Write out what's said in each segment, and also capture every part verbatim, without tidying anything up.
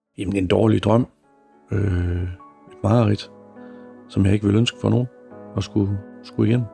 Jamen, en dårlig drøm. Øh, et mareridt, som jeg ikke vil ønske for nogen at skulle, skulle igen.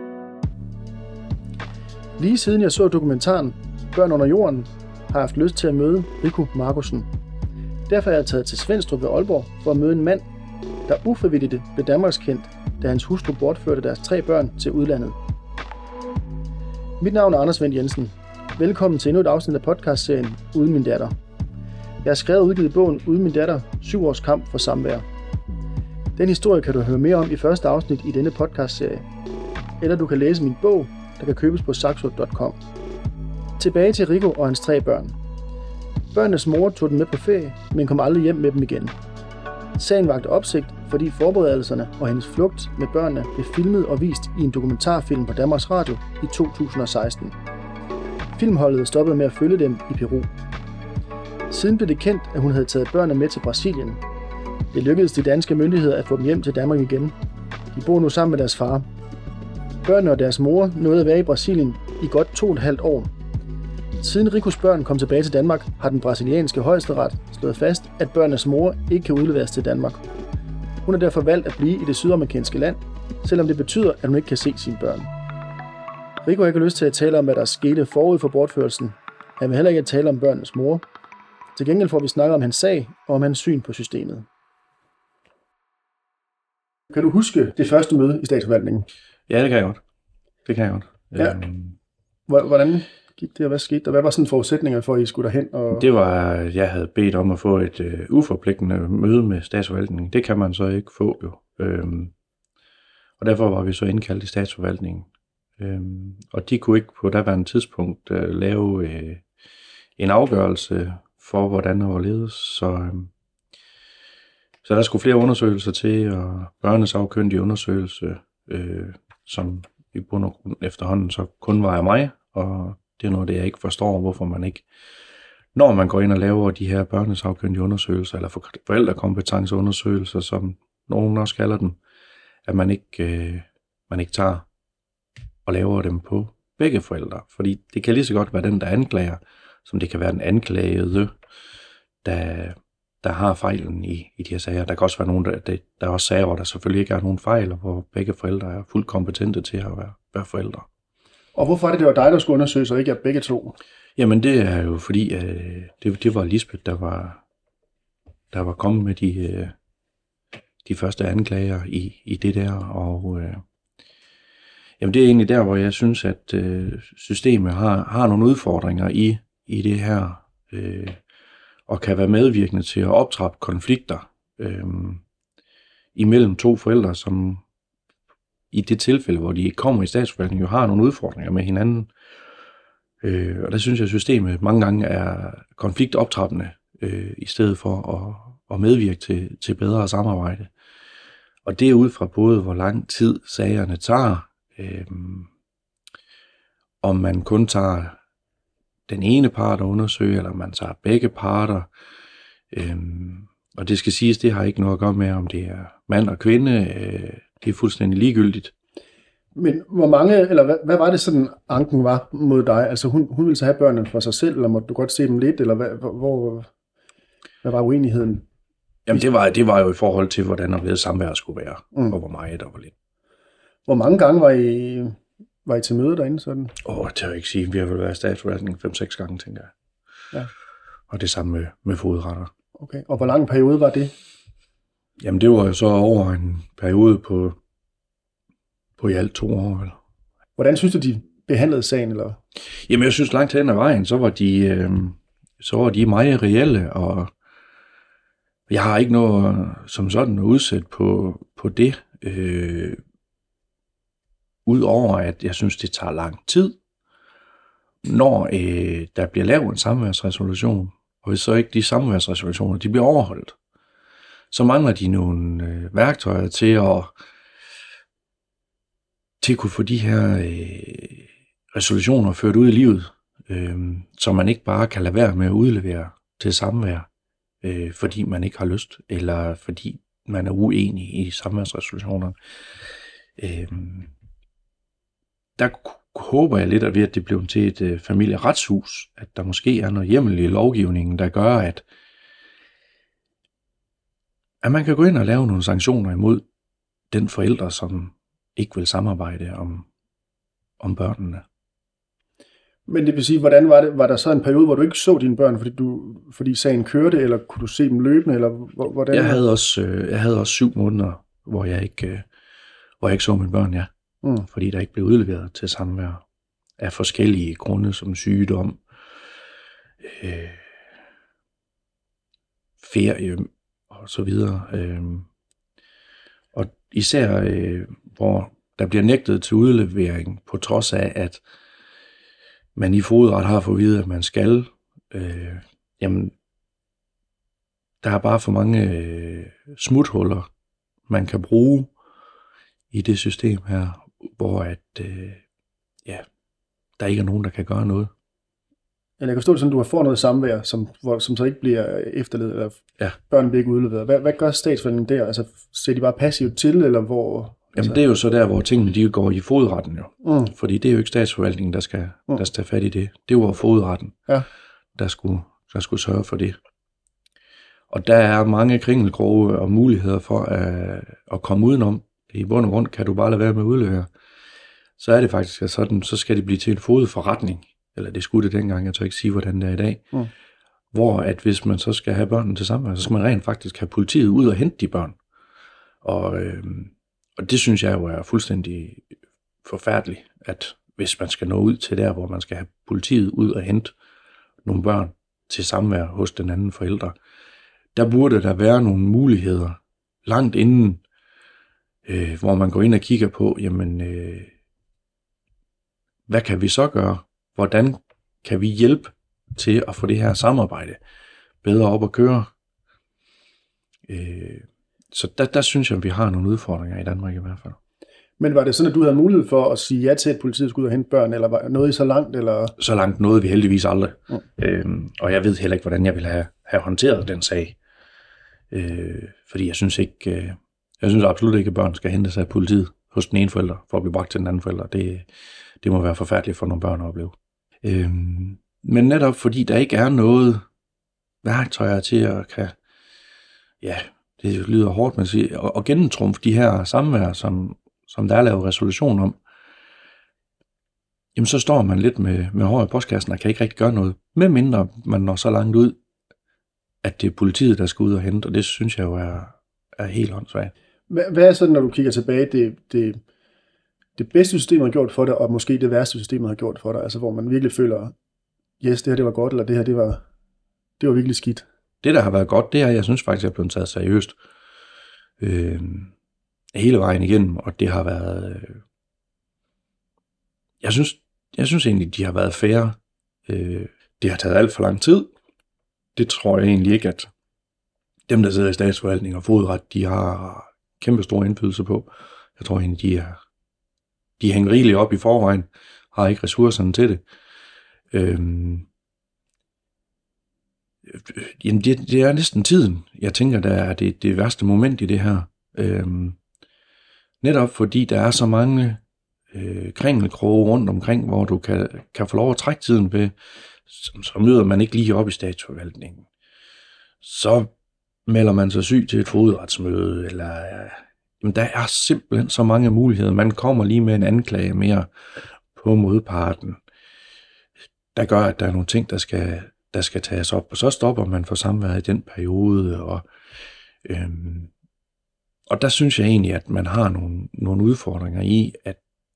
Lige siden jeg så dokumentaren Børn under jorden, har jeg haft lyst til at møde Rico Markussen. Derfor er jeg taget til Svenstrup ved Aalborg for at møde en mand, der ufrivilligt blev danmarkskendt, da hans hustru bortførte deres tre børn til udlandet. Mit navn er Anders Wendt Jensen. Velkommen til endnu et afsnit af podcastserien Uden min datter. Jeg har skrevet og udgivet bogen Uden min datter, syv års kamp for samvær. Den historie kan du høre mere om i første afsnit i denne podcastserie. Eller du kan læse min bog, der kan købes på saxo punktum com. Tilbage til Rico og hans tre børn. Børnenes mor tog dem med på ferie, men kom aldrig hjem med dem igen. Sagen vagte opsigt, fordi forberedelserne og hendes flugt med børnene blev filmet og vist i en dokumentarfilm på Danmarks Radio i to tusind og seksten. Filmholdet stoppede med at følge dem i Peru. Siden blev det kendt, at hun havde taget børnene med til Brasilien. Det lykkedes de danske myndigheder at få dem hjem til Danmark igen. De bor nu sammen med deres far. Børnene og deres mor nåede at være i Brasilien i godt to og et halvt år. Siden Ricos børn kom tilbage til Danmark, har den brasilianske højesteret slået fast, at børnenes mor ikke kan udleveres til Danmark. Hun har derfor valgt at blive i det sydamerikanske land, selvom det betyder, at hun ikke kan se sine børn. Rico har ikke lyst til at tale om, hvad der skete forud for bortførelsen. Han vil heller ikke tale om børnenes mor. Til gengæld får vi snakket om hans sag og om hans syn på systemet. Kan du huske det første møde i statsforvaltningen? Ja, det kan jeg godt. Det kan jeg godt. Ja. Øhm, Hvordan gik det, og hvad skete der? Hvad var sådan forudsætninger for, at I skulle derhen? Og... Det var, jeg havde bedt om at få et øh, uforpligtende møde med statsforvaltningen. Det kan man så ikke få jo. Øhm, og derfor var vi så indkaldt i statsforvaltningen. Øhm, og de kunne ikke på daværende tidspunkt øh, lave øh, en afgørelse for, hvordan der var ledes. Så, øh, så der skulle flere undersøgelser til, og børnesagkyndig undersøgelse, øh, som i bund og grund efterhånden så kun var af mig, og det er noget, det jeg ikke forstår, hvorfor man ikke, når man går ind og laver de her børnesagkyndige undersøgelser, eller forældrekompetenceundersøgelser, som nogen også kalder dem, at man ikke, øh, man ikke tager og laver dem på begge forældre. Fordi det kan lige så godt være den, der anklager, som det kan være den anklagede, der, der har fejlen i, i de her sager. Der kan også være nogen, der, der, der er også sager, hvor der selvfølgelig ikke er nogen fejl, og hvor begge forældre er fuldt kompetente til at være, være forældre. Og hvorfor er det, det var dig, der skulle undersøges, og ikke at begge to? Jamen det er jo fordi, øh, det, det var Lisbeth, der var, der var kommet med de, øh, de første anklager i, i det der, og øh, jamen det er egentlig der, hvor jeg synes, at øh, systemet har, har nogle udfordringer i, i det her, øh, og kan være medvirkende til at optrappe konflikter øh, imellem to forældre, som i det tilfælde, hvor de kommer i statsforvaltningen, jo har nogle udfordringer med hinanden. Øh, og der synes jeg, at systemet mange gange er konfliktoptrappende, øh, i stedet for at, at medvirke til, til bedre samarbejde. Og det er ud fra både, hvor lang tid sagerne tager, øh, om man kun tager den ene part at undersøge, eller man tager begge parter. Øh, og det skal siges, det har ikke noget at gøre med, om det er mand og kvinde. Øh, det er fuldstændig ligegyldigt. Men hvor mange, eller hvad, hvad var det sådan, anken var mod dig? Altså hun, hun ville så have børnene for sig selv, eller måtte du godt se dem lidt, eller hvad, hvor, hvad var uenigheden? Jamen det var, det var jo i forhold til, hvordan og ved samvær skulle være, mm. og hvor meget der var lidt. Hvor mange gange var I, var I til møde derinde sådan? Åh, oh, det kan jeg ikke sige. Vi har vel været i statsforvaltningen fem-seks gange, tænker jeg. Ja. Og det samme med, med fodretter. Okay, og hvor lang en periode var det? Jamen det var jo så over en periode på, på i alt to år. Eller? Hvordan synes du, de behandlede sagen? Eller? Jamen jeg synes langt hen ad vejen, så var de, øh, så var de meget reelle, og jeg har ikke noget som sådan at udsætte på, på det. Øh, Udover at jeg synes, det tager lang tid, når øh, der bliver lavet en samværsresolution, og hvis så ikke de samværsresolutioner, de bliver overholdt, så mangler de nogle øh, værktøjer til at, til at kunne få de her øh, resolutioner ført ud i livet, øh, så man ikke bare kan lade være med at udlevere til samvær, øh, fordi man ikke har lyst, eller fordi man er uenig i samværsresolutionerne. Øh, der håber jeg lidt, at ved at det blev til et familieretshus, at der måske er noget hjemmel i lovgivningen, der gør, at at man kan gå ind og lave nogle sanktioner imod den forælder, som ikke vil samarbejde om, om børnene. Men det vil sige, hvordan var det? Var der så en periode, hvor du ikke så dine børn, fordi, du, fordi sagen kørte, eller kunne du se dem løbende, eller hvordan? Jeg havde også, jeg havde også syv måneder, hvor jeg ikke, hvor jeg ikke så mine børn, ja. Mm. Fordi der ikke blev udleveret til samvær af forskellige grunde, som sygdom, øh, ferie og så videre. Øh, og især, øh, hvor der bliver nægtet til udlevering, på trods af, at man i fogedret har fået at vide, at man skal, øh, jamen, der er bare for mange øh, smuthuller, man kan bruge i det system her, hvor at, øh, ja, der ikke er nogen, der kan gøre noget. Jeg kan forstå det sådan, at du har fået noget samvær, som, hvor, som så ikke bliver efterlevet, eller ja. Børnene bliver ikke udleveret. Hvad, hvad gør statsforvaltningen der? Altså, ser de bare passivt til, eller hvor? Jamen, altså... det er jo så der, hvor tingene de går i fogedretten jo. Mm. Fordi det er jo ikke statsforvaltningen, der skal, mm. der skal tage fat i det. Det var fogedretten, ja. der, skulle, der skulle sørge for det. Og der er mange kringelkroge og muligheder for at, at komme udenom. I bund og grund kan du bare lade være med at udlevere. Så er det faktisk sådan, så skal det blive til en fogedforretning. Eller det skulle det dengang, jeg tør ikke sige, hvordan det er i dag. Mm. Hvor at hvis man så skal have børnene til samvær, så skal man rent faktisk have politiet ud og hente de børn. Og, øh, og det synes jeg jo er fuldstændig forfærdeligt, at hvis man skal nå ud til der, hvor man skal have politiet ud og hente nogle børn til samvær hos den anden forældre, der burde der være nogle muligheder langt inden, øh, hvor man går ind og kigger på, jamen, øh, hvad kan vi så gøre? Hvordan kan vi hjælpe til at få det her samarbejde bedre op at køre? Øh, så der, der synes jeg, at vi har nogle udfordringer i Danmark i hvert fald. Men var det sådan, at du havde mulighed for at sige ja til, at politiet skulle ud og hente børn, eller var noget i så langt? Eller? Så langt nåede vi heldigvis aldrig. Mm. Øhm, og jeg ved heller ikke, hvordan jeg ville have, have håndteret den sag. Øh, fordi jeg synes ikke, øh, jeg synes absolut ikke, at børn skal hentes af politiet hos den ene forælder, for at blive bragt til den anden forælder. Det, det må være forfærdeligt for nogle børn at opleve. Øhm, men netop fordi der ikke er noget værktøjer til at kan, ja, det lyder hårdt, men at sige, at gennemtrumfe de her samvær, som, som der er lavet resolution om, jamen så står man lidt med, med hår i postkassen og kan ikke rigtig gøre noget, medmindre man når så langt ud, at det er politiet, der skal ud og hente, og det synes jeg jo er, er helt åndssvagt. Hvad, hvad er så, når du kigger tilbage, det, det, det bedste systemet har gjort for dig, og måske det værste systemet har gjort for dig, altså hvor man virkelig føler, yes, det her det var godt, eller det her det var, det var virkelig skidt? Det, der har været godt, det er, jeg synes faktisk, jeg er blevet taget seriøst øh, hele vejen igennem, og det har været, øh, jeg synes, jeg synes egentlig, de har været fair. Øh, det har taget alt for lang tid. Det tror jeg egentlig ikke, at dem, der sidder i statsforvaltning og fogedret, de har kæmpe stor indflydelse på. Jeg tror egentlig, de er, de hænger rigeligt op i forvejen, har ikke ressourcerne til det. Øhm, jamen, det, det er næsten tiden. Jeg tænker, der er det, det værste moment i det her. Øhm, netop fordi der er så mange øh, kringelkroge rundt omkring, hvor du kan, kan få lov at trække tiden ved, så, så møder man ikke lige op i statsforvaltningen. Så melder man sig syg til et fogedretsmøde, eller jamen, der er simpelthen så mange muligheder. Man kommer lige med en anklage mere på modparten, der gør, at der er nogle ting, der skal, der skal tages op, og så stopper man for samværet i den periode, og, øhm, og der synes jeg egentlig, at man har nogle, nogle udfordringer i, at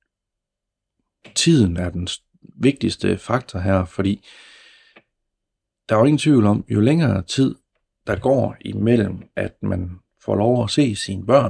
tiden er den vigtigste faktor her, fordi der er jo ingen tvivl om, jo længere tid der går imellem, at man får lov at se sine børn,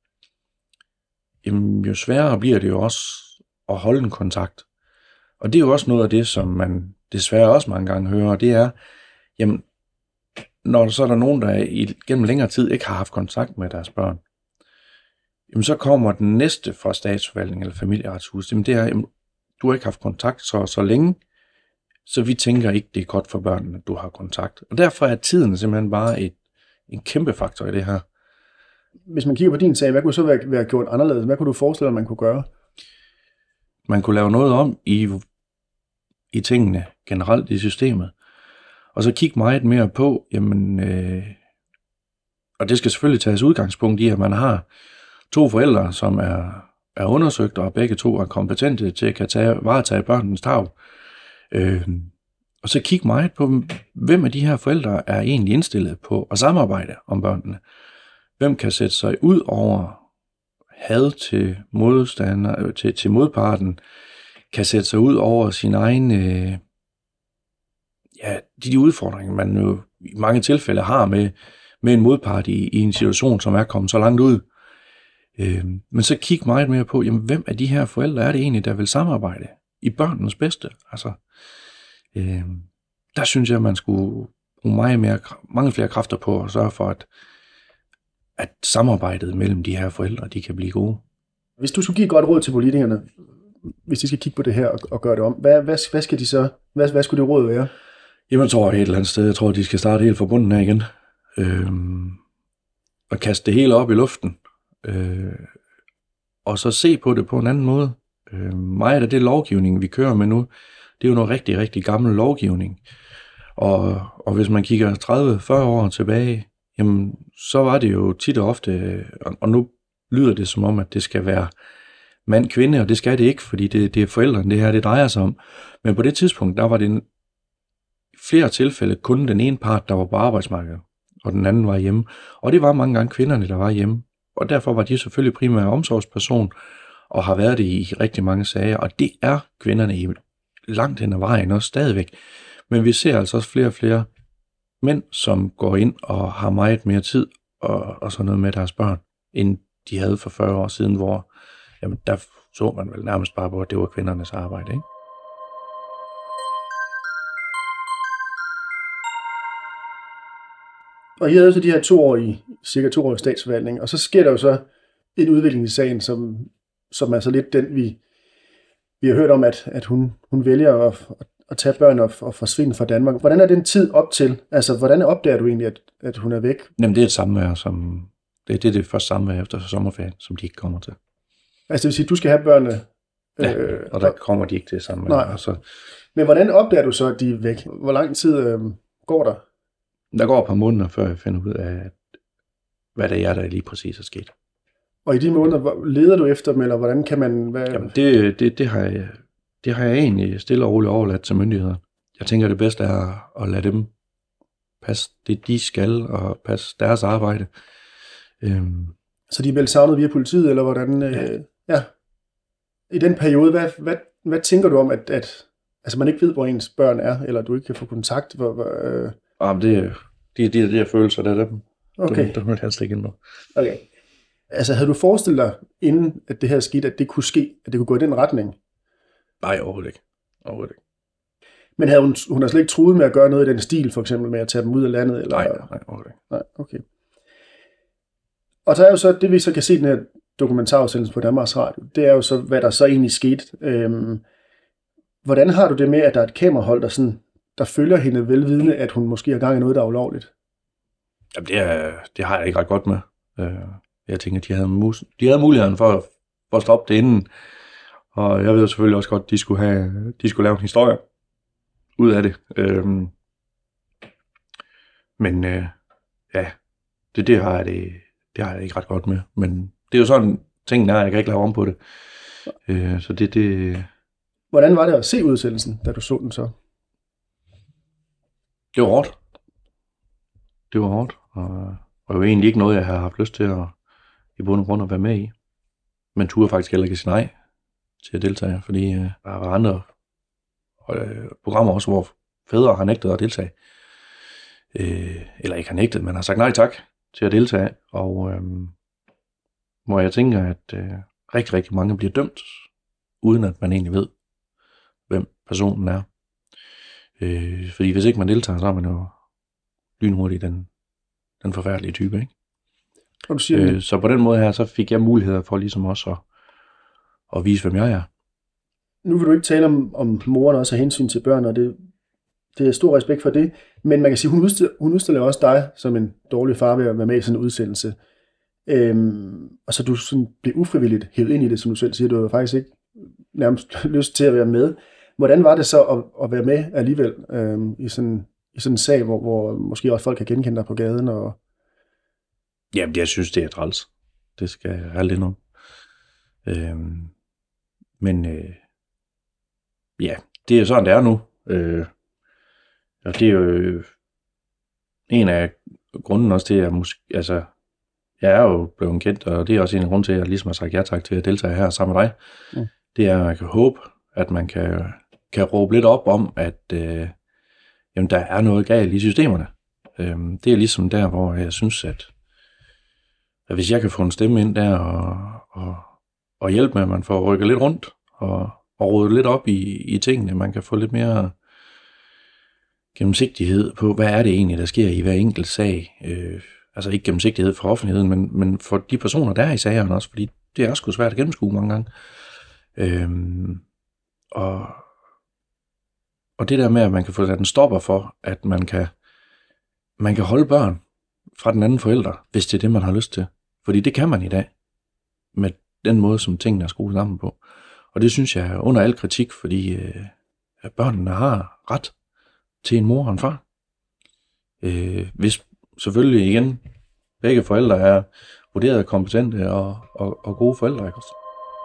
jamen, jo sværere bliver det jo også at holde en kontakt. Og det er jo også noget af det, som man desværre også mange gange hører, det er, jamen, når så er der nogen, der i, gennem længere tid ikke har haft kontakt med deres børn, jamen, så kommer den næste fra statsforvaltning eller familieretshus, jamen, det er, jamen, du har ikke haft kontakt så, så længe, så vi tænker ikke, det er godt for børnene, at du har kontakt. Og derfor er tiden simpelthen bare et, en kæmpe faktor i det her. Hvis man kigger på din sag, hvad kunne så være, være gjort anderledes? Hvad kunne du forestille dig, man kunne gøre? Man kunne lave noget om i, i tingene generelt i systemet. Og så kigge meget mere på, jamen, øh, og det skal selvfølgelig tages udgangspunkt i, at man har to forældre, som er, er undersøgt, og begge to er kompetente til at kan tage, varetage børnenes tarv. Øh, og så kig meget på, hvem af de her forældre er egentlig indstillet på at samarbejde om børnene. Hvem kan sætte sig ud over had til modstander, til, til modparten, kan sætte sig ud over sin egen, øh, ja, de, de udfordringer, man jo i mange tilfælde har med, med en modpart i, i en situation, som er kommet så langt ud. Øh, men så kig meget mere på, jamen, hvem af de her forældre er det egentlig, der vil samarbejde i børnenes bedste? Altså, øh, der synes jeg, man skulle bruge meget mere, mange flere kræfter på at sørge for, at, at samarbejdet mellem de her forældre, de kan blive gode. Hvis du skulle give et godt råd til politikerne, hvis de skal kigge på det her og, og gøre det om, hvad, hvad, hvad skal de så, hvad, hvad skulle det råd være? Jamen, jeg tror et eller andet sted, jeg tror, de skal starte helt fra bunden af igen. Øhm, og kaste det hele op i luften. Øh, og så se på det på en anden måde. Øh, meget af det lovgivning, vi kører med nu, det er jo noget rigtig, rigtig gammel lovgivning. Og, og hvis man kigger tredive til fyrre år tilbage, jamen, så var det jo tit og ofte, og, og nu lyder det som om, at det skal være mand-kvinde, og det skal det ikke, fordi det, det er forældrene, det her det drejer sig om. Men på det tidspunkt, der var det en, flere tilfælde kun den ene part, der var på arbejdsmarkedet, og den anden var hjemme. Og det var mange gange kvinderne, der var hjemme. Og derfor var de selvfølgelig primært omsorgsperson, og har været det i rigtig mange sager. Og det er kvinderne i langt hen ad vejen også stadigvæk. Men vi ser altså også flere og flere mænd, som går ind og har meget mere tid og, og sådan noget med deres børn, end de havde for fyrre år siden, hvor jamen, der så man vel nærmest bare på, at det var kvindernes arbejde, ikke? Og I havde så de her to år i, cirka to år i statsforvaltning, og så sker der jo så en udvikling i sagen, som, som er så lidt den, vi, vi har hørt om, at, at hun, hun vælger at, at tage børn og, og forsvinde fra Danmark. Hvordan er den tid op til? Altså, hvordan opdager du egentlig, at, at hun er væk? Jamen, det er et samvær, som det, det er det første samvær efter sommerferien, som de ikke kommer til. Altså, det vil sige, at du skal have børnene? Ja, øh, og der kommer de ikke til samvær. Nej. Altså. Men hvordan opdager du så, at de er væk? Hvor lang tid øh, går der? Der går et par måneder, før jeg finder ud af, hvad det er, der lige præcis er sket. Og i de måneder, leder du efter dem, eller hvordan kan man... Hvad... Jamen, det, det, det, har jeg, det har jeg egentlig stille og roligt overladt til myndighederne. Jeg tænker, det bedste er at lade dem passe det, de skal, og passe deres arbejde. Øhm. Så de er vel savnet via politiet, eller hvordan... Ja. Øh, ja. I den periode, hvad, hvad, hvad tænker du om, at, at altså, man ikke ved, hvor ens børn er, eller du ikke kan få kontakt? Hvor, hvor, øh... Jamen, det de, de, de der følelser, der er dem. Okay. Det vil jeg helst ikke ind på. Okay. Altså, havde du forestillet dig, inden at det her skete, at det kunne ske, at det kunne gå i den retning? Nej, overhovedet ikke. Overhovedet ikke. Men havde hun, hun har slet ikke truet med at gøre noget i den stil, for eksempel med at tage dem ud af landet? Eller? Nej, nej, overhovedet ikke. Nej, okay. Og så er jo så, det vi så kan se i den her dokumentarudsendelse på Danmarks Radio, det er jo så, hvad der så egentlig skete. Øhm, hvordan har du det med, at der er et kamerahold, der, sådan, der følger hende velvidende, at hun måske har gang i noget, der er ulovligt? Jamen, det, er, det har jeg ikke ret godt med. Jeg tænker, de havde, mus- de havde muligheden for at, for at stoppe det inden. Og jeg ved selvfølgelig også godt, at de skulle, have, de skulle lave en historie ud af det. Øhm, men øh, ja, det, det, har jeg det, det har jeg ikke ret godt med. Men det er jo sådan, tingene er, jeg kan ikke lave om på det. Øh, så det, det... Hvordan var det at se udsendelsen, da du så den så? Det var hårdt. Det var hårdt, og, og jo egentlig ikke noget, jeg har haft lyst til at i bund og grund at være med i. Men turde faktisk heller ikke sige nej til at deltage, fordi øh, der var andre øh, programmer også, hvor fædre har nægtet at deltage. Øh, eller ikke har nægtet, men har sagt nej tak til at deltage. Og øh, hvor jeg tænker, at øh, rigtig, rigtig mange bliver dømt, uden at man egentlig ved, hvem personen er. Øh, fordi hvis ikke man deltager, så er man jo lynhurtigt den, den forfærdelige type, ikke? Du siger, øh, så på den måde her, så fik jeg muligheder for ligesom også at, at vise, hvem jeg er. Nu vil du ikke tale om, om moren også af hensyn til børn, og det, det er stor respekt for det, men man kan sige, hun udstiller, hun udstiller også dig som en dårlig far ved at være med i sådan en udsendelse. Øhm, og så du sådan bliver ufrivilligt hævet ind i det, som du selv siger, du har faktisk ikke nærmest lyst til at være med. Hvordan var det så at, at være med alligevel øhm, i, sådan, i sådan en sag, hvor, hvor måske også folk kan genkende dig på gaden? Og... Jamen, jeg synes, det er træls. Det skal jeg aldrig nu. Øhm, men øh, ja, det er sådan, det er nu. Øh, og det er jo øh, en af grunden også til, at måske, altså, jeg er jo blevet kendt, og det er også en af grunden til, at jeg ligesom har sagt ja tak til at deltage her sammen med dig. Mm. Det er, at man kan håbe, at man kan, kan råbe lidt op om, at øh, jamen, der er noget galt i systemerne. Øhm, det er ligesom der, hvor jeg synes, at, at hvis jeg kan få en stemme ind der og, og, og hjælpe med, at man får rykket lidt rundt og, og rådet lidt op i, i tingene, man kan få lidt mere gennemsigtighed på, hvad er det egentlig, der sker i hver enkelt sag. Øh, altså ikke gennemsigtighed for offentligheden, men, men for de personer, der er i sagerne også, fordi det er også sgu svært at gennemskue mange gange. Øhm, og, og det der med, at man kan få sat en stopper for, at man kan, man kan holde børn fra den anden forælder, hvis det er det, man har lyst til. Fordi det kan man i dag, med den måde, som tingene er skruet sammen på. Og det synes jeg er under al kritik, fordi øh, at børnene har ret til en mor og en far. Øh, hvis selvfølgelig igen, begge forældre er vurderet kompetente og, og, og gode forældre, ikke også?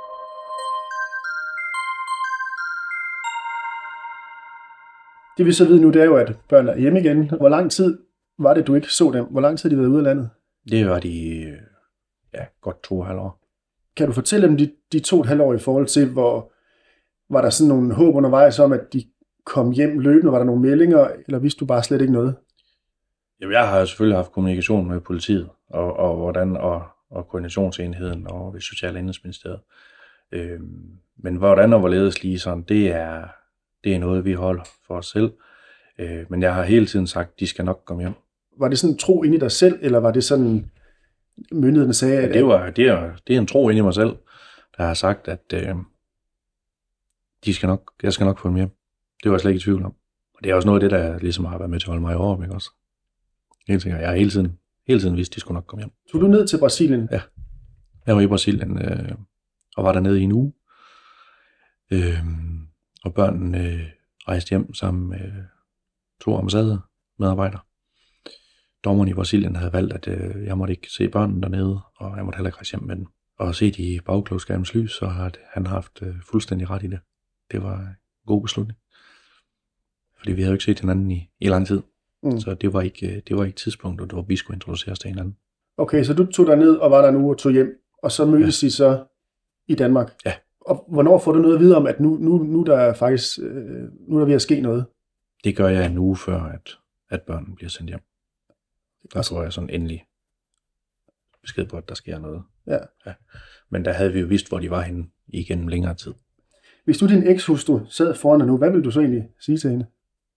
Det vi så ved nu, det er jo, at børn er hjemme igen. Hvor lang tid var det, du ikke så dem? Hvor lang tid har de været ude af landet? Det var de, ja, godt to og halv år. Kan du fortælle dem de, de to og et halvt år i forhold til, hvor var der sådan nogle håb undervejs om, at de kom hjem løbende? Var der nogle meldinger, eller vidste du bare slet ikke noget? Jamen, jeg har selvfølgelig haft kommunikation med politiet, og, og hvordan, og, og koordinationsenheden og ved Social- og Indenrigsministeriet. Øhm, men hvordan og hvorledes lige sådan, det er, det er noget, vi holder for os selv. Øh, men jeg har hele tiden sagt, at de skal nok komme hjem. Var det sådan en tro ind i dig selv, eller var det sådan, myndighederne sagde? Ja, det, var, det, er, det er en tro ind i mig selv, der har sagt, at øh, de skal nok, jeg skal nok få dem hjem. Det var jeg slet ikke i tvivl om. Og det er også noget af det, der ligesom har været med til at holde mig i år, ikke også? Helt sikkert. Jeg har hele tiden, hele tiden vidst, at de skulle nok komme hjem. Tog du ned til Brasilien? Ja. Jeg var i Brasilien øh, og var dernede i en uge. Øh, og børnene øh, rejste hjem sammen med to ambassademedarbejdere. Dommeren i Brasilien havde valgt, at øh, jeg måtte ikke se børnene dernede, og jeg måtte heller ikke rejse hjem med dem. Og set i bagklogskabens lys, så har han haft øh, fuldstændig ret i det. Det var en god beslutning. Fordi vi havde jo ikke set hinanden i, i lang tid. Mm. Så det var ikke det var ikke tidspunktet, hvor vi skulle introduceres til hinanden. Okay, så du tog der ned og var der nu og tog hjem, og så mødtes ja. I så i Danmark. Ja. Og hvornår får du noget at vide om, at nu, nu, nu der er faktisk øh, nu er der ved at ske noget? Det gør jeg en uge før, at, at børnene bliver sendt hjem. Der får jeg sådan endelig besked på, at der sker noget. Ja. Ja. Men der havde vi jo vidst, hvor de var henne igennem længere tid. Hvis du din ekshustru sad foran dig nu, hvad vil du så egentlig sige til hende?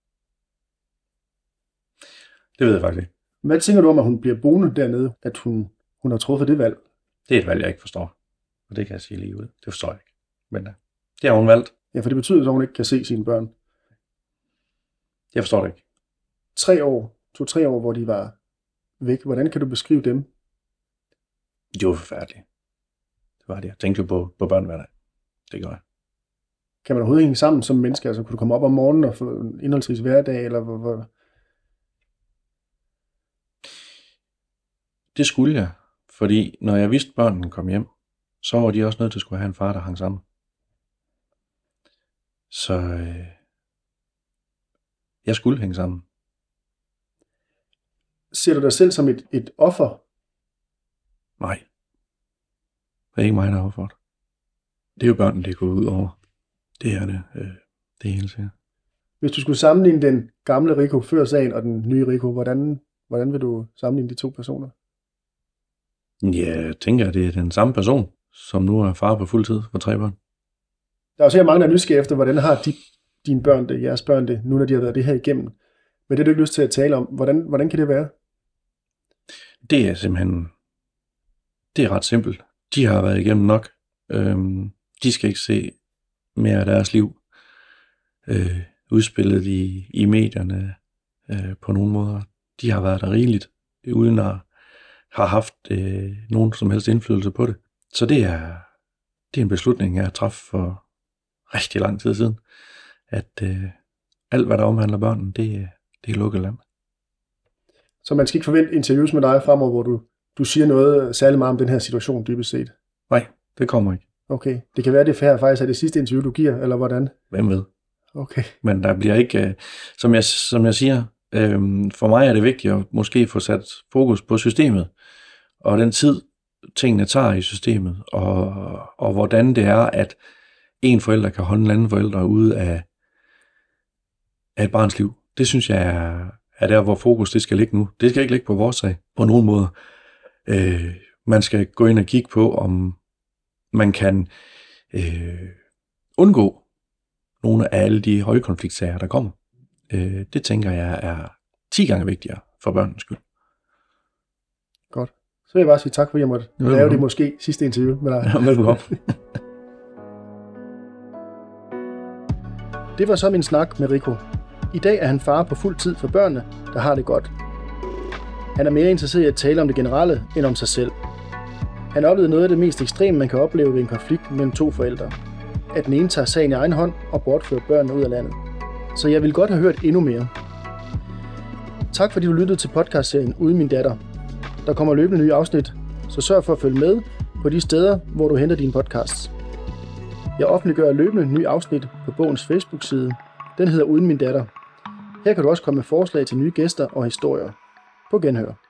Det ved jeg faktisk ikke. Hvad tænker du om, at hun bliver boende dernede, at hun, hun har truffet det valg? Det er et valg, jeg ikke forstår. Og det kan jeg sige lige ud. Det forstår jeg ikke. Men det har hun valgt. Ja, for det betyder, at hun ikke kan se sine børn. Jeg forstår det ikke. Tre år, to-tre år, hvor de var væk. Hvordan kan du beskrive dem? Det var forfærdeligt. Det var det. Jeg tænkte jo på, på børn hver dag. Det gør jeg. Kan man overhovedet hænge sammen som menneske? Altså, kunne du komme op om morgenen og få en indholdsrig hverdag, eller hvor, hvor? Det skulle jeg. Fordi når jeg vidste, at børnene kom hjem, så var de også nødt til at skulle have en far, der hang sammen. Så øh, jeg skulle hænge sammen. Ser du dig selv som et, et offer? Nej. Det er ikke mig, der er offeret. Det er jo børnene, det går ud over. Det er det. Øh, det er helt sikkert. Hvis du skulle sammenligne den gamle Rico før sagen og den nye Rico, hvordan, hvordan vil du sammenligne de to personer? Ja, jeg tænker, at det er den samme person, som nu er far på fuld tid for tre børn. Der er også mange, der er nysgerrige efter, hvordan har de, dine børn det, jeres børn det, nu når de har været det her igennem. Men det er du ikke lyst til at tale om. Hvordan, hvordan kan det være? Det er simpelthen, det er ret simpelt. De har været igennem nok. Øhm, de skal ikke se mere af deres liv øh, udspillet i, i medierne øh, på nogle måder. De har været der rigeligt, uden at have haft øh, nogen som helst indflydelse på det. Så det er, det er en beslutning, jeg træffede for rigtig lang tid siden, at øh, alt, hvad der omhandler børnene, det, det er lukket land. Så man skal ikke forvente interviews med dig fremover, hvor du du siger noget særlig meget om den her situation dybest set. Nej, det kommer ikke. Okay, det kan være, det her faktisk er det sidste interview, du giver, eller hvordan? Hvem ved? Okay. Men der bliver ikke, øh, som, jeg, som jeg siger, øh, for mig er det vigtigt at måske få sat fokus på systemet, og den tid, tingene tager i systemet, og, og hvordan det er, at en forælder kan holde en anden forælder ude af, af et barns liv. Det synes jeg er, er der, hvor fokus det skal ligge nu. Det skal ikke ligge på vores sag, på nogen måde. Øh, man skal gå ind og kigge på, om man kan øh, undgå nogle af alle de højkonfliktsager, der kommer. Øh, det tænker jeg er ti gange vigtigere for børnenes skyld. Godt. Så vil jeg bare sige tak, fordi jeg måtte Velkommen. lave det måske sidste interview med dig. Ja, velkommen. Det var så min snak med Rico. I dag er han far på fuld tid for børnene, der har det godt. Han er mere interesseret i at tale om det generelle, end om sig selv. Han oplevede noget af det mest ekstreme, man kan opleve ved en konflikt mellem to forældre. At den ene tager sagen i egen hånd og bortfører børnene ud af landet. Så jeg ville godt have hørt endnu mere. Tak fordi du lyttede til podcastserien Uden min datter. Der kommer løbende nye afsnit, så sørg for at følge med på de steder, hvor du henter dine podcasts. Jeg offentliggør løbende nye afsnit på bogens Facebook-side. Den hedder Uden min datter. Her kan du også komme med forslag til nye gæster og historier. På genhør.